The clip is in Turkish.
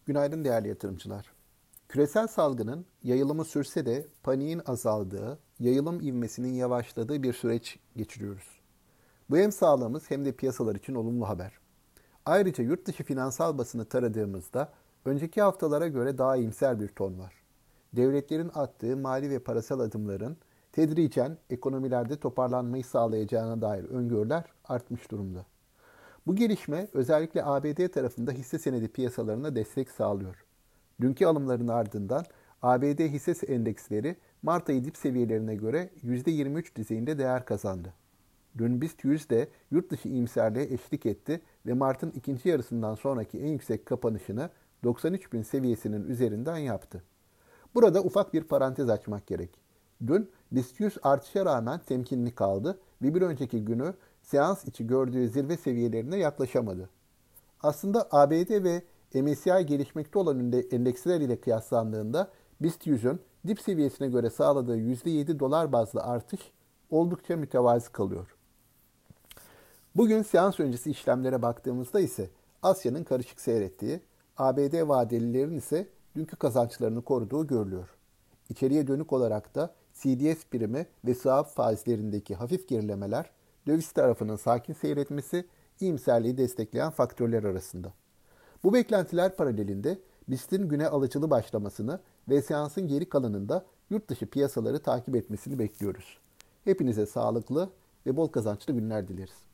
Günaydın değerli yatırımcılar. Küresel salgının yayılımı sürse de paniğin azaldığı, yayılım ivmesinin yavaşladığı bir süreç geçiriyoruz. Bu hem sağlığımız hem de piyasalar için olumlu haber. Ayrıca yurt dışı finansal basını taradığımızda önceki haftalara göre daha iyimser bir ton var. Devletlerin attığı mali ve parasal adımların tedricen ekonomilerde toparlanmayı sağlayacağına dair öngörüler artmış durumda. Bu gelişme özellikle ABD tarafında hisse senedi piyasalarına destek sağlıyor. Dünkü alımların ardından ABD hisse endeksleri Mart ayı dip seviyelerine göre %23 düzeyinde değer kazandı. Dün BIST 100 de yurt dışı iyimserliğe eşlik etti ve Mart'ın ikinci yarısından sonraki en yüksek kapanışını 93 bin seviyesinin üzerinden yaptı. Burada ufak bir parantez açmak gerek. Dün BIST 100 artışa rağmen temkinli kaldı ve bir önceki günü seans içi gördüğü zirve seviyelerine yaklaşamadı. Aslında ABD ve MSCI gelişmekte olan endeksler ile kıyaslandığında BIST 100'ün dip seviyesine göre sağladığı %7 dolar bazlı artış oldukça mütevazi kalıyor. Bugün seans öncesi işlemlere baktığımızda ise Asya'nın karışık seyrettiği, ABD vadelilerin ise dünkü kazançlarını koruduğu görülüyor. İçeriye dönük olarak da CDS primi ve swap faizlerindeki hafif gerilemeler, döviz tarafının sakin seyretmesi, iyimserliği destekleyen faktörler arasında. Bu beklentiler paralelinde BIST'in güne alıcılı başlamasını ve seansın geri kalanında yurt dışı piyasaları takip etmesini bekliyoruz. Hepinize sağlıklı ve bol kazançlı günler dileriz.